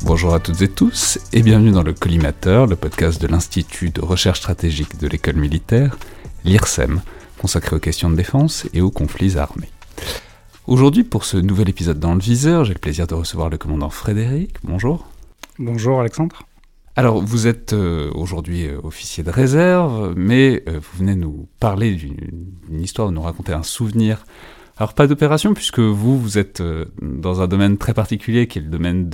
Bonjour à toutes et tous et bienvenue dans le Collimateur, le podcast de l'Institut de recherche stratégique de l'école militaire, l'IRSEM, consacré aux questions de défense et aux conflits armés. Aujourd'hui, pour ce nouvel épisode dans le viseur, j'ai le plaisir de recevoir le commandant Frédéric. Bonjour. Bonjour Alexandre. Alors, vous êtes aujourd'hui officier de réserve, mais vous venez nous parler d'une histoire, nous raconter un souvenir. Alors, pas d'opération, puisque vous êtes dans un domaine très particulier, qui est le domaine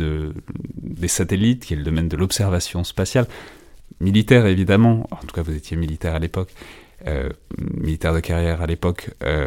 des satellites, qui est le domaine de l'observation spatiale. Militaire, évidemment. En tout cas, vous étiez militaire à l'époque. Militaire de carrière à l'époque.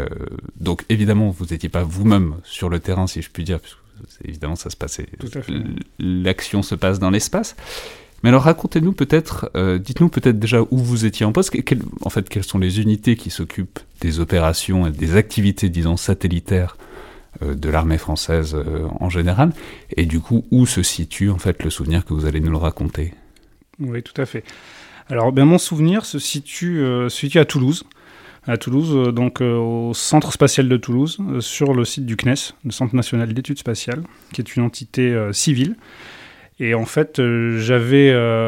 Donc, évidemment, vous n'étiez pas vous-même sur le terrain, si je puis dire, puisque évidemment, ça se passait. Tout à fait. L'action se passe dans l'espace. Mais alors, racontez-nous peut-être, dites-nous peut-être déjà où vous étiez en poste, quelles sont les unités qui s'occupent des opérations et des activités, disons, satellitaires de l'armée française en général, et du coup, où se situe en fait le souvenir que vous allez nous le raconter. Oui, tout à fait. Alors, mon souvenir se situe à Toulouse. À Toulouse, donc au Centre spatial de Toulouse, sur le site du CNES, le Centre national d'études spatiales, qui est une entité civile. Et en fait, j'avais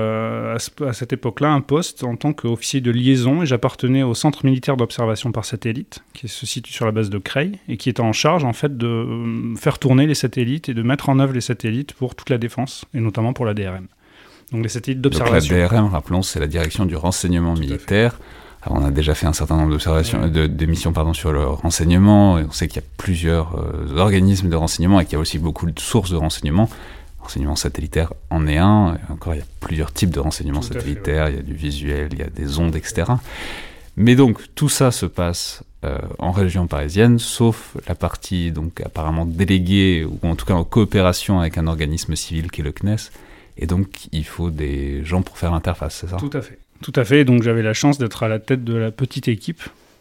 à cette époque-là un poste en tant qu'officier de liaison et j'appartenais au Centre militaire d'observation par satellite, qui se situe sur la base de Creil et qui est en charge en fait de faire tourner les satellites et de mettre en œuvre les satellites pour toute la défense et notamment pour la DRM. Donc les satellites d'observation. Donc la DRM, rappelons, c'est la direction du renseignement militaire. Alors, on a déjà fait un certain nombre d'observations, d'émissions sur le renseignement. Et on sait qu'il y a plusieurs organismes de renseignement et qu'il y a aussi beaucoup de sources de renseignement. Renseignement satellitaire en est un, et encore il y a plusieurs types de renseignements satellitaires, il y a du visuel, il y a des ondes, etc. Mais donc tout ça se passe en région parisienne, sauf la partie donc apparemment déléguée, ou en tout cas en coopération avec un organisme civil qui est le CNES, et donc il faut des gens pour faire l'interface, c'est ça ? Tout à fait, donc j'avais la chance d'être à la tête de la petite équipe,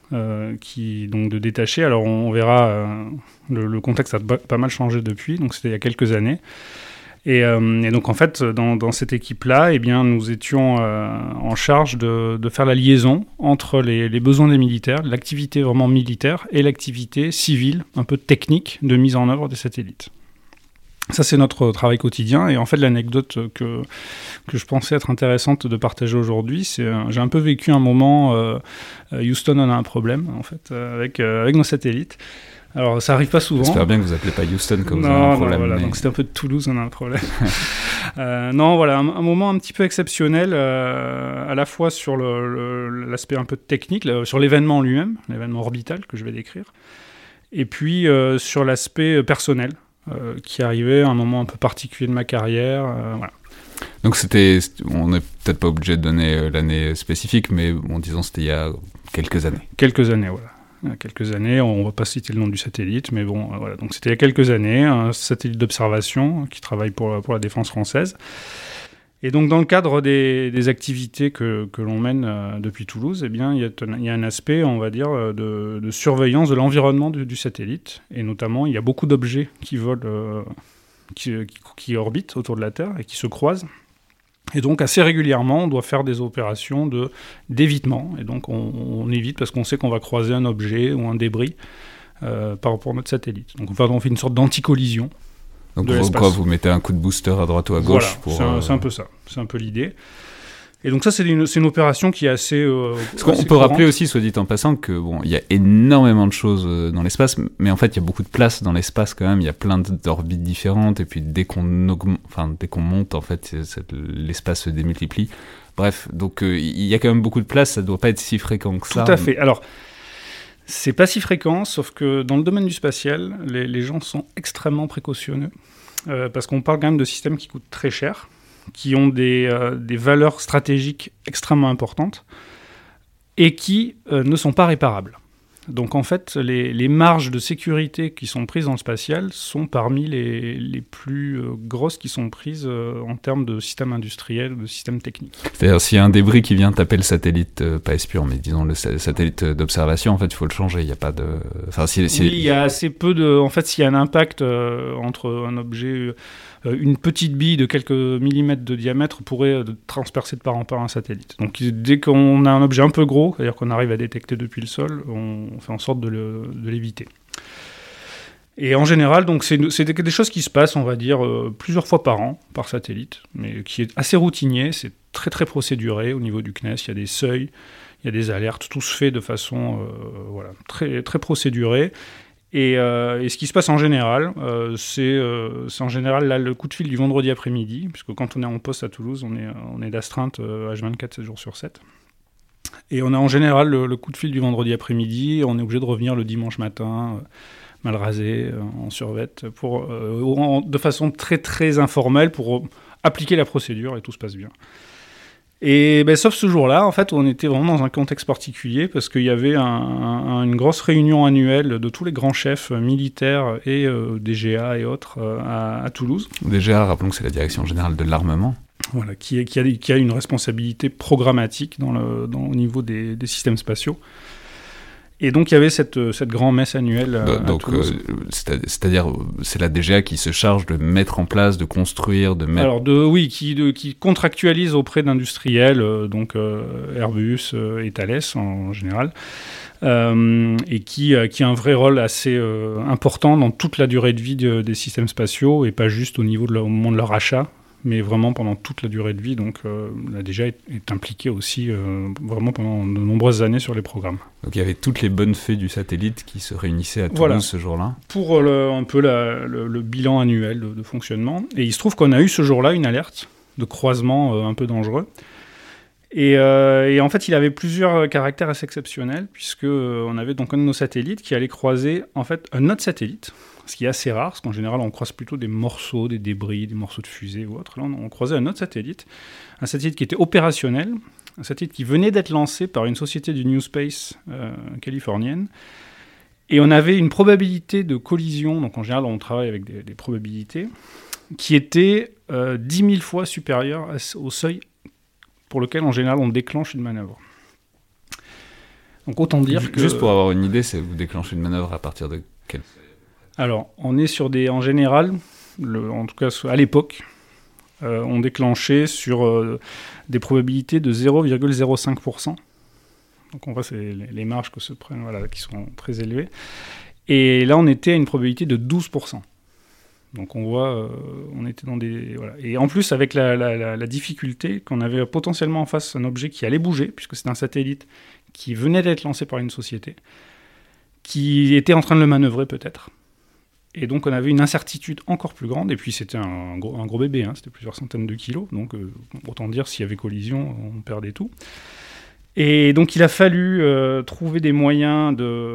donc de détacher. Alors on verra, le contexte a pas mal changé depuis, donc c'était il y a quelques années. Et donc en fait, dans cette équipe-là, eh bien, nous étions en charge de faire la liaison entre les besoins des militaires, l'activité vraiment militaire, et l'activité civile, un peu technique, de mise en œuvre des satellites. Ça, c'est notre travail quotidien. Et en fait, l'anecdote que je pensais être intéressante de partager aujourd'hui, c'est j'ai un peu vécu un moment, Houston en a un problème, en fait, avec nos satellites. Alors, ça arrive pas souvent. J'espère bien que vous appelez pas Houston quand vous avez un problème. Non, voilà, donc c'était un peu de Toulouse, on a un problème. Non, voilà, un moment un petit peu exceptionnel, à la fois sur l'aspect un peu technique, sur l'événement lui-même, l'événement orbital que je vais décrire, et puis sur l'aspect personnel, qui arrivait à un moment un peu particulier de ma carrière, voilà. Donc on n'est peut-être pas obligé de donner l'année spécifique, mais disons c'était il y a quelques années. Quelques années, voilà. Il y a quelques années, on ne va pas citer le nom du satellite, mais bon, voilà. Donc c'était il y a quelques années, un satellite d'observation qui travaille pour la défense française. Et donc dans le cadre des activités que l'on mène depuis Toulouse, eh bien, il y a un aspect, on va dire, de surveillance de l'environnement du satellite. Et notamment, il y a beaucoup d'objets qui volent, qui orbitent autour de la Terre et qui se croisent. Et donc, assez régulièrement, on doit faire des opérations d'évitement. Et donc, on évite parce qu'on sait qu'on va croiser un objet ou un débris par rapport à notre satellite. Donc, on fait une sorte d'anti-collision. Donc, vous mettez un coup de booster à droite ou à gauche voilà, c'est un peu ça. C'est un peu l'idée. Et donc ça, c'est une opération qui est assez Parce qu'on peut rappeler aussi, soit dit en passant, que il y a énormément de choses dans l'espace, mais en fait, il y a beaucoup de place dans l'espace quand même. Il y a plein d'orbites différentes, et puis dès qu'on monte, en fait, l'espace se démultiplie. Bref, donc il y a quand même beaucoup de place. Ça ne doit pas être si fréquent que ça. Tout à fait. Alors, c'est pas si fréquent, sauf que dans le domaine du spatial, les gens sont extrêmement précautionneux, parce qu'on parle quand même de systèmes qui coûtent très cher, qui ont des valeurs stratégiques extrêmement importantes et qui ne sont pas réparables. Donc en fait, les marges de sécurité qui sont prises dans le spatial sont parmi les plus grosses qui sont prises en termes de système industriel, de système technique. C'est-à-dire, s'il y a un débris qui vient taper le satellite, pas espion, mais disons le satellite d'observation, en fait, il faut le changer. Il n'y a pas de... Oui, il y a assez peu de... En fait, s'il y a un impact entre un objet... une petite bille de quelques millimètres de diamètre pourrait transpercer de part en part un satellite. Donc dès qu'on a un objet un peu gros, c'est-à-dire qu'on arrive à détecter depuis le sol, on fait en sorte de l'éviter. Et en général, donc c'est des choses qui se passent, on va dire, plusieurs fois par an, par satellite, mais qui est assez routinier, c'est très très procéduré au niveau du CNES, il y a des seuils, il y a des alertes, tout se fait de façon très, très procédurée. Et ce qui se passe en général, c'est en général là, le coup de fil du vendredi après-midi, puisque quand on est en poste à Toulouse, on est d'astreinte H24, 7 jours sur 7. Et on a en général le coup de fil du vendredi après-midi, on est obligé de revenir le dimanche matin, mal rasé, en survette, de façon très très informelle pour appliquer la procédure et tout se passe bien. Et sauf ce jour-là, en fait, on était vraiment dans un contexte particulier parce qu'il y avait une grosse réunion annuelle de tous les grands chefs militaires et DGA et autres à Toulouse. DGA, rappelons que c'est la Direction Générale de l'Armement. Voilà, qui a une responsabilité programmatique au niveau des systèmes spatiaux. Et donc, il y avait cette grande messe annuelle à Toulouse. C'est-à-dire, c'est la DGA qui se charge de mettre en place, de construire, de mettre... Alors, qui contractualise auprès d'industriels, donc Airbus et Thales en général, et qui a un vrai rôle assez important dans toute la durée de vie des systèmes spatiaux, et pas juste au moment de leur achat, mais vraiment pendant toute la durée de vie. Donc la DGA est impliquée aussi vraiment pendant de nombreuses années sur les programmes. Donc il y avait toutes les bonnes fées du satellite qui se réunissaient à Toulouse ce jour-là. Pour un peu le bilan annuel de fonctionnement. Et il se trouve qu'on a eu ce jour-là une alerte de croisement un peu dangereux. Et en fait, il avait plusieurs caractères assez exceptionnels, puisqu'on avait donc un de nos satellites qui allait croiser en fait un autre satellite, ce qui est assez rare, parce qu'en général, on croise plutôt des morceaux, des débris, des morceaux de fusée ou autre. Là, on croisait un autre satellite, un satellite qui était opérationnel, un satellite qui venait d'être lancé par une société du New Space californienne. Et on avait une probabilité de collision, donc en général, on travaille avec des probabilités, qui était 10 000 fois supérieure au seuil pour lequel, en général, on déclenche une manœuvre. Donc autant dire que... Juste pour avoir une idée, c'est vous déclenchez une manœuvre à partir de quel... Alors, on est sur en général, en tout cas à l'époque, on déclenchait sur des probabilités de 0,05%. Donc on voit les marges que se prennent, qui sont très élevées. Et là, on était à une probabilité de 12%. Donc on voit, on était dans des... Voilà. Et en plus, avec la difficulté qu'on avait potentiellement en face un objet qui allait bouger, puisque c'est un satellite qui venait d'être lancé par une société, qui était en train de le manœuvrer peut-être. Et donc on avait une incertitude encore plus grande, et puis c'était un gros bébé, c'était plusieurs centaines de kilos, donc autant dire s'il y avait collision, on perdait tout. Et donc il a fallu trouver des moyens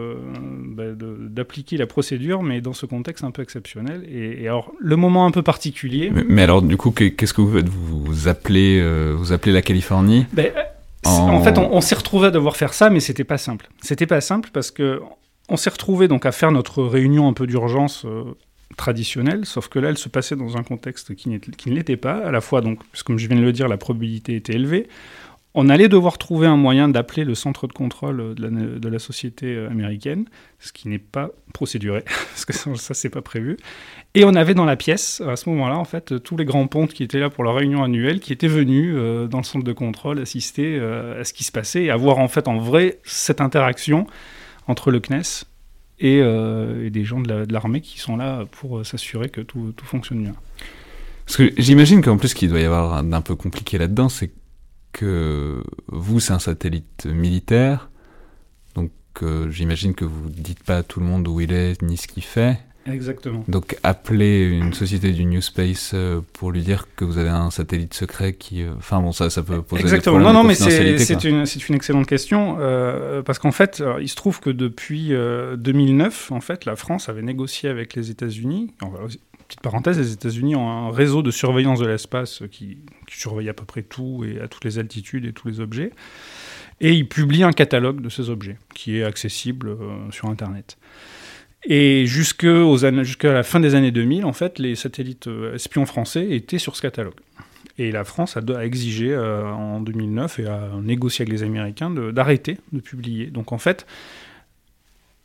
d'appliquer la procédure, mais dans ce contexte un peu exceptionnel. Et alors le moment un peu particulier... Mais alors du coup, qu'est-ce que vous faites ? Vous appelez la Californie ? En fait, on s'est retrouvé à devoir faire ça, mais c'était pas simple. C'était pas simple parce que on s'est retrouvé donc à faire notre réunion un peu d'urgence traditionnelle, sauf que là, elle se passait dans un contexte qui ne l'était pas. À la fois, donc, comme je viens de le dire, la probabilité était élevée. On allait devoir trouver un moyen d'appeler le centre de contrôle de la société américaine, ce qui n'est pas procéduré, parce que ça, c'est pas prévu. Et on avait dans la pièce, à ce moment-là, en fait, tous les grands pontes qui étaient là pour la réunion annuelle, qui étaient venus dans le centre de contrôle assister à ce qui se passait, et avoir en fait en vrai cette interaction entre le CNES et des gens de l'armée qui sont là pour s'assurer que tout fonctionne bien. Parce que j'imagine qu'en plus, ce qu'il doit y avoir d'un peu compliqué là-dedans, c'est que vous, c'est un satellite militaire, donc j'imagine que vous ne dites pas à tout le monde où il est ni ce qu'il fait. Exactement. Donc appeler une société du New Space pour lui dire que vous avez un satellite secret qui... Enfin bon, ça peut poser des problèmes de confidentialité. C'est une excellente question, parce qu'en fait, il se trouve que depuis 2009, en fait, la France avait négocié avec les États-Unis. Petite parenthèse, les États-Unis ont un réseau de surveillance de l'espace qui surveille à peu près tout et à toutes les altitudes et tous les objets. Et ils publient un catalogue de ces objets qui est accessible sur Internet. Et jusqu'à la fin des années 2000, en fait, les satellites espions français étaient sur ce catalogue. Et la France a exigé en 2009 et a négocié avec les Américains d'arrêter de publier. Donc en fait,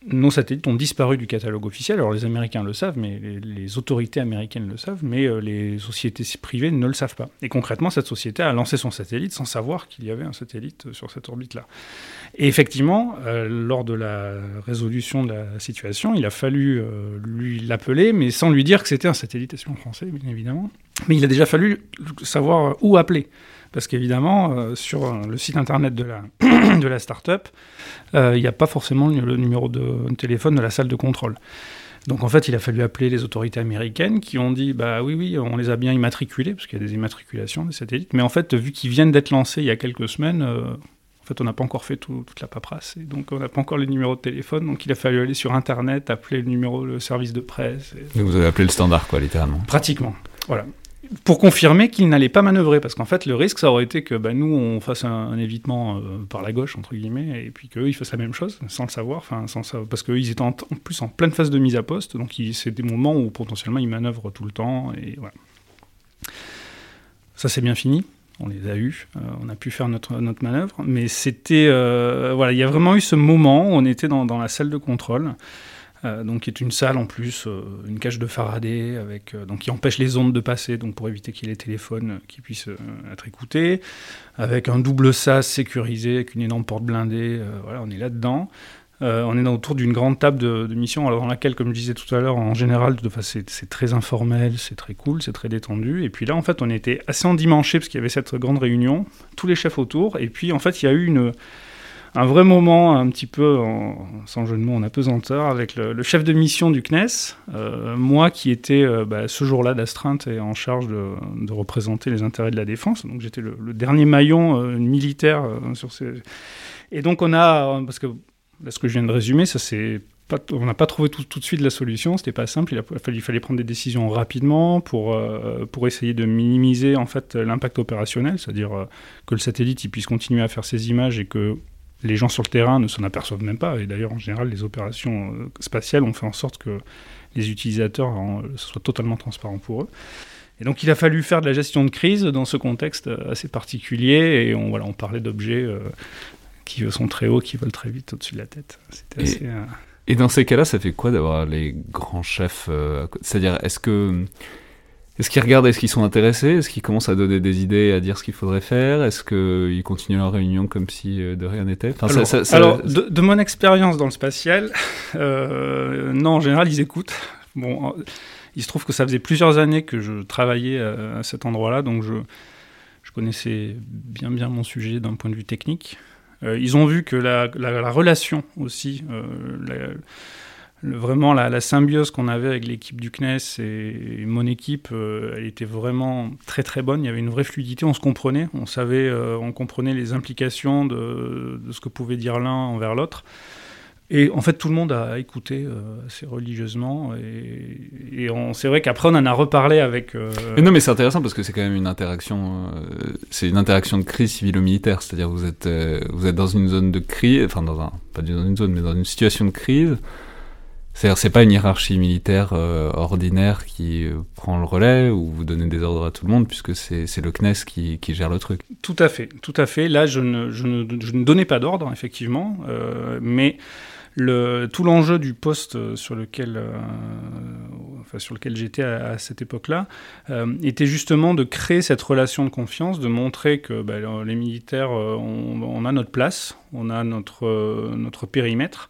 nos satellites ont disparu du catalogue officiel. Alors les Américains le savent, mais les autorités américaines le savent, mais les sociétés privées ne le savent pas. Et concrètement, cette société a lancé son satellite sans savoir qu'il y avait un satellite sur cette orbite-là. Et effectivement, lors de la résolution de la situation, il a fallu lui l'appeler, mais sans lui dire que c'était un satellite espion français, bien évidemment. Mais il a déjà fallu savoir où appeler. Parce qu'évidemment, sur le site internet de la start-up, il n'y a pas forcément le numéro de téléphone de la salle de contrôle. Donc en fait, il a fallu appeler les autorités américaines qui ont dit « oui, on les a bien immatriculés », parce qu'il y a des immatriculations des satellites. Mais en fait, vu qu'ils viennent d'être lancés il y a quelques semaines, en fait, on n'a pas encore fait toute la paperasse. Et donc on n'a pas encore les numéros de téléphone. Donc il a fallu aller sur Internet, appeler le service de presse. Donc vous avez appelé le standard, quoi, littéralement. Pratiquement, voilà. Pour confirmer qu'il n'allait pas manœuvrer, parce qu'en fait, le risque, ça aurait été que nous, on fasse un évitement par la gauche, entre guillemets, et puis qu'eux, ils fassent la même chose, sans le savoir, parce qu'eux, ils étaient en plus en pleine phase de mise à poste, donc c'est des moments où, potentiellement, ils manœuvrent tout le temps, et voilà. Ça, c'est bien fini, on les a eus, on a pu faire notre manœuvre, mais c'était... il y a vraiment eu ce moment où on était dans la salle de contrôle, donc qui est une salle en plus, une cage de Faraday donc qui empêche les ondes de passer, donc pour éviter qu'il y ait les téléphones qui puissent être écoutés, avec un double sas sécurisé, avec une énorme porte blindée, on est là-dedans. On est autour d'une grande table de mission, alors dans laquelle, comme je disais tout à l'heure, en général, c'est très informel, c'est très cool, c'est très détendu. Et puis là, en fait, on était assez endimanchés parce qu'il y avait cette grande réunion, tous les chefs autour, et puis en fait, il y a eu un vrai moment, un petit peu, sans jeu de mots, en apesanteur, avec le chef de mission du CNES, moi qui étais ce jour-là d'astreinte et en charge de représenter les intérêts de la défense. Donc j'étais le dernier maillon militaire sur ces... Et donc parce que là, ce que je viens de résumer, on n'a pas trouvé tout de suite la solution, c'était pas simple, il fallait prendre des décisions rapidement pour essayer de minimiser en fait l'impact opérationnel, c'est-à-dire que le satellite il puisse continuer à faire ses images et que les gens sur le terrain ne s'en aperçoivent même pas. Et d'ailleurs, en général, les opérations spatiales ont fait en sorte que les utilisateurs ce soit totalement transparent pour eux. Et donc, il a fallu faire de la gestion de crise dans ce contexte assez particulier. Et on parlait d'objets qui sont très hauts, qui volent très vite au-dessus de la tête. C'était assez... Et dans ces cas-là, ça fait quoi d'avoir les grands chefs c'est-à-dire, est-ce qu'ils regardent, est-ce qu'ils sont intéressés, est-ce qu'ils commencent à donner des idées, à dire ce qu'il faudrait faire, est-ce qu'ils continuent leur réunion comme si de rien n'était? Alors, de mon expérience dans le spatial, non, en général, ils écoutent. Bon, il se trouve que ça faisait plusieurs années que je travaillais à cet endroit-là, donc je connaissais bien mon sujet d'un point de vue technique. Ils ont vu que la relation aussi, vraiment la symbiose qu'on avait avec l'équipe du CNES et mon équipe, elle était vraiment très très bonne. Il y avait une vraie fluidité, on se comprenait, on comprenait les implications de ce que pouvait dire l'un envers l'autre. Et en fait, tout le monde a écouté assez religieusement. Et c'est vrai qu'après, on en a reparlé avec... Mais non, mais c'est intéressant parce que c'est quand même une interaction... c'est une interaction de crise civilo-militaire. C'est-à-dire vous êtes dans une zone de crise... Enfin, pas dans une zone, mais dans une situation de crise. C'est-à-dire c'est pas une hiérarchie militaire ordinaire qui prend le relais ou vous donnez des ordres à tout le monde, puisque c'est le CNES qui gère le truc. Tout à fait. Là, je ne donnais pas d'ordre, effectivement, mais... tout l'enjeu du poste sur lequel j'étais à cette époque-là était justement de créer cette relation de confiance, de montrer que les militaires, on a notre place, on a notre périmètre.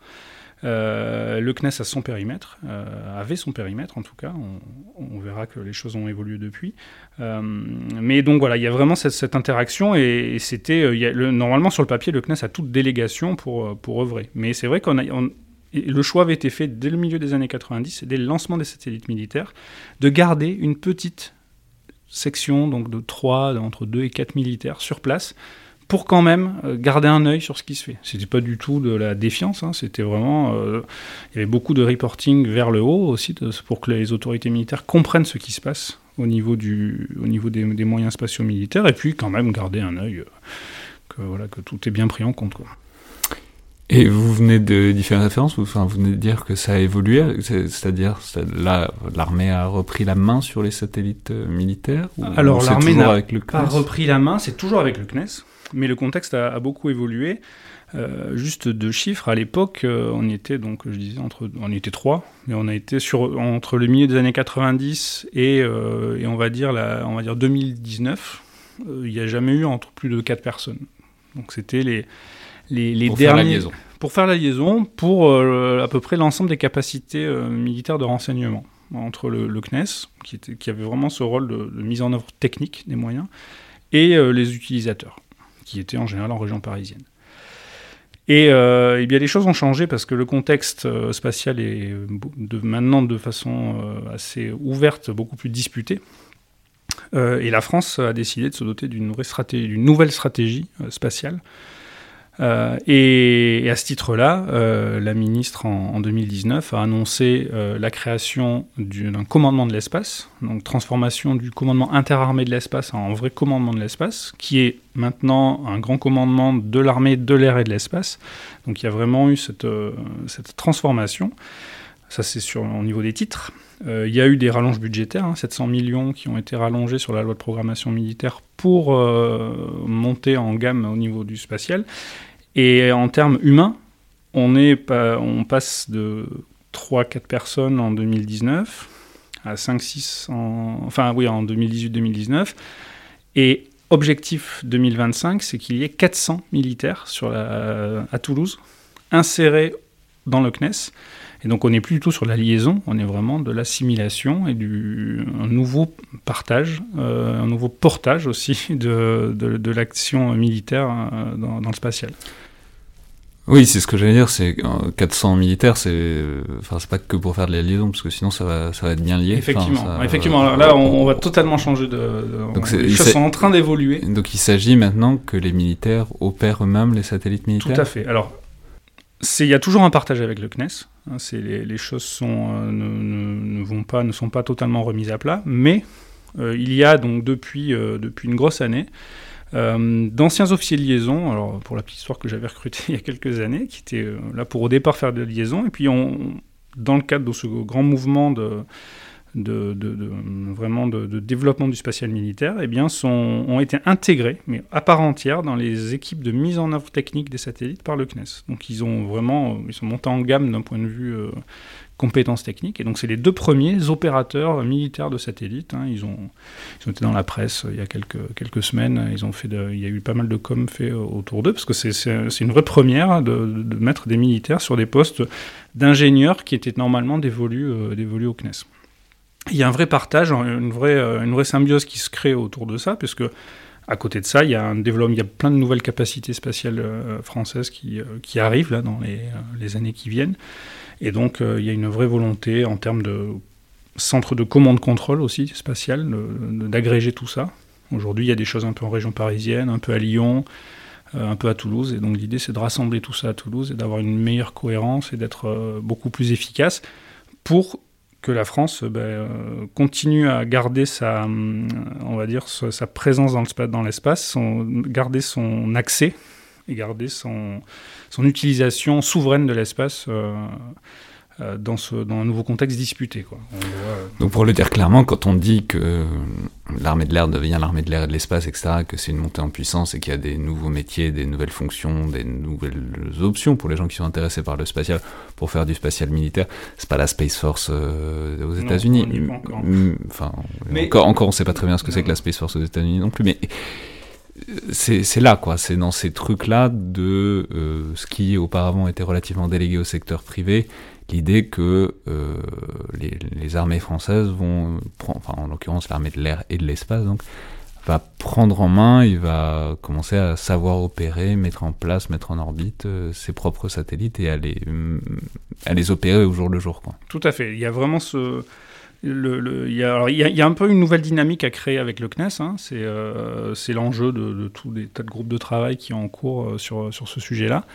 Le CNES a son périmètre, avait son périmètre en tout cas, on verra que les choses ont évolué depuis. Mais donc voilà, il y a vraiment cette interaction et c'était, normalement sur le papier, le CNES a toute délégation pour œuvrer. Mais c'est vrai le choix avait été fait dès le milieu des années 90, dès le lancement des satellites militaires, de garder une petite section donc entre 2 et 4 militaires sur place, pour quand même garder un œil sur ce qui se fait. C'était pas du tout de la défiance, c'était vraiment... il y avait beaucoup de reporting vers le haut aussi, pour que les autorités militaires comprennent ce qui se passe au niveau des moyens spatiaux militaires, et puis quand même garder un œil que tout est bien pris en compte, quoi. Et vous venez de différentes références, vous venez de dire que ça a évolué, c'est-à-dire là, l'armée a repris la main sur les satellites militaires? Alors l'armée n'a pas repris la main, c'est toujours avec le CNES. Mais le contexte a beaucoup évolué. Juste 2 chiffres, à l'époque, on était donc, je disais, on était 3, mais on a été entre le milieu des années 90 et on va dire 2019, il n'y a jamais eu entre plus de 4 personnes. Donc c'était les pour derniers... faire la liaison. Pour faire la liaison, pour à peu près l'ensemble des capacités militaires de renseignement, entre le CNES, qui avait vraiment ce rôle de mise en œuvre technique des moyens, et les utilisateurs, qui étaient en général en région parisienne. Et bien les choses ont changé parce que le contexte spatial est maintenant de façon assez ouverte, beaucoup plus disputé. Et la France a décidé de se doter d'une nouvelle stratégie spatiale. Et à ce titre-là, la ministre en 2019 a annoncé la création d'un commandement de l'espace, donc transformation du commandement interarmé de l'espace en vrai commandement de l'espace, qui est maintenant un grand commandement de l'armée, de l'air et de l'espace. Donc il y a vraiment eu cette transformation. Ça, c'est au niveau des titres. Il y a eu des rallonges budgétaires, 700 millions qui ont été rallongés sur la loi de programmation militaire pour monter en gamme au niveau du spatial. Et en termes humains, on passe de 3-4 personnes en 2019 à 5-6 en 2018-2019. Et objectif 2025, c'est qu'il y ait 400 militaires à Toulouse, insérés dans le CNES. Et donc on n'est plus du tout sur la liaison, on est vraiment de l'assimilation et un nouveau partage, un nouveau portage aussi de l'action militaire dans le spatial. Oui, c'est ce que j'allais dire, c'est 400 militaires, c'est pas que pour faire de la liaison, parce que sinon ça va être bien lié. Effectivement. Alors là, on va totalement changer donc les choses sont en train d'évoluer. Donc il s'agit maintenant que les militaires opèrent eux-mêmes les satellites militaires. Tout à fait. Alors, il y a toujours un partage avec le CNES. Les choses ne sont pas totalement remises à plat, mais il y a donc depuis une grosse année d'anciens officiers de liaison, alors pour la petite histoire que j'avais recruté il y a quelques années, qui étaient là pour au départ faire de la liaison, et puis dans le cadre de ce grand mouvement de développement du spatial militaire, eh bien, ont été intégrés, mais à part entière, dans les équipes de mise en œuvre technique des satellites par le CNES. Donc ils sont montés en gamme d'un point de vue compétences techniques, et donc c'est les 2 premiers opérateurs militaires de satellites. Ils ont été dans la presse il y a quelques semaines, il y a eu pas mal de com fait autour d'eux, parce que c'est une vraie première de mettre des militaires sur des postes d'ingénieurs qui étaient normalement dévolus au CNES. Il y a un vrai partage, une vraie symbiose qui se crée autour de ça, puisque à côté de ça, il y a plein de nouvelles capacités spatiales françaises qui arrivent là dans les années qui viennent. Et donc, il y a une vraie volonté en termes de centre de commande-contrôle aussi spatial, d'agréger tout ça. Aujourd'hui, il y a des choses un peu en région parisienne, un peu à Lyon, un peu à Toulouse. Et donc, l'idée, c'est de rassembler tout ça à Toulouse et d'avoir une meilleure cohérence et d'être beaucoup plus efficace pour que la France continue à garder sa présence dans l'espace, garder son accès et garder son utilisation souveraine de l'espace dans un nouveau contexte disputé, quoi. Donc pour le dire clairement, quand on dit que l'armée de l'air devient l'armée de l'air et de l'espace, etc., que c'est une montée en puissance et qu'il y a des nouveaux métiers, des nouvelles fonctions, des nouvelles options pour les gens qui sont intéressés par le spatial, pour faire du spatial militaire, c'est pas la Space Force aux États-Unis. Encore on sait pas très bien ce que c'est que la Space Force aux États-Unis non plus, mais c'est là, quoi. C'est dans ces trucs-là de ce qui auparavant était relativement délégué au secteur privé, l'idée que les armées françaises vont en l'occurrence l'armée de l'air et de l'espace, donc, va prendre en main, il va commencer à savoir opérer, mettre en place, mettre en orbite ses propres satellites et à les opérer au jour le jour, quoi. Tout à fait. Il y a vraiment il y a un peu une nouvelle dynamique à créer avec le CNES. C'est l'enjeu de tous les tas de groupes de travail qui sont en cours sur ce sujet-là.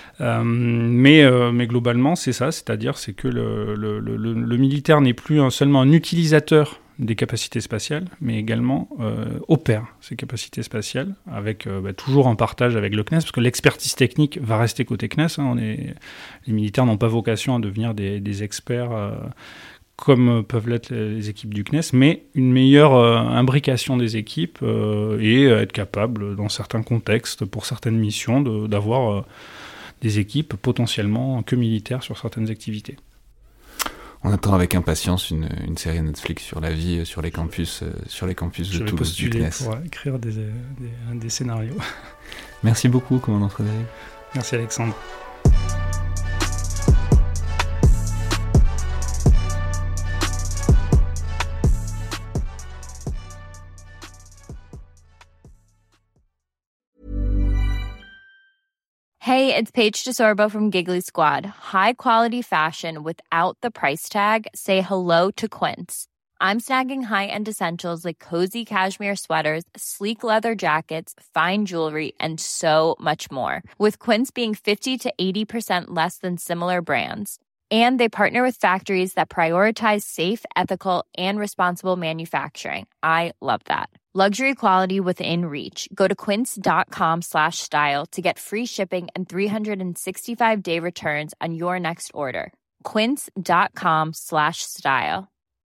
Mais globalement, c'est ça, c'est-à-dire que le militaire n'est plus seulement un utilisateur des capacités spatiales, mais également opère ces capacités spatiales, avec toujours un partage avec le CNES, parce que l'expertise technique va rester côté CNES. Les militaires n'ont pas vocation à devenir des experts comme peuvent l'être les équipes du CNES, mais une meilleure imbrication des équipes et être capable, dans certains contextes, pour certaines missions, d'avoir des équipes potentiellement que militaires sur certaines activités. On attend avec impatience une série Netflix sur la vie sur les campus de Toulouse du CNES. Pour écrire des scénarios. Merci beaucoup, commandant Frédéric. Merci Alexandre. Hey, it's Paige DeSorbo from Giggly Squad. High quality fashion without the price tag. Say hello to Quince. I'm snagging high-end essentials like cozy cashmere sweaters, sleek leather jackets, fine jewelry, and so much more. With Quince being 50 to 80% less than similar brands. And they partner with factories that prioritize safe, ethical, and responsible manufacturing. I love that. Luxury quality within reach. Go to quince.com/style to get free shipping and 365-day returns on your next order. Quince.com/style.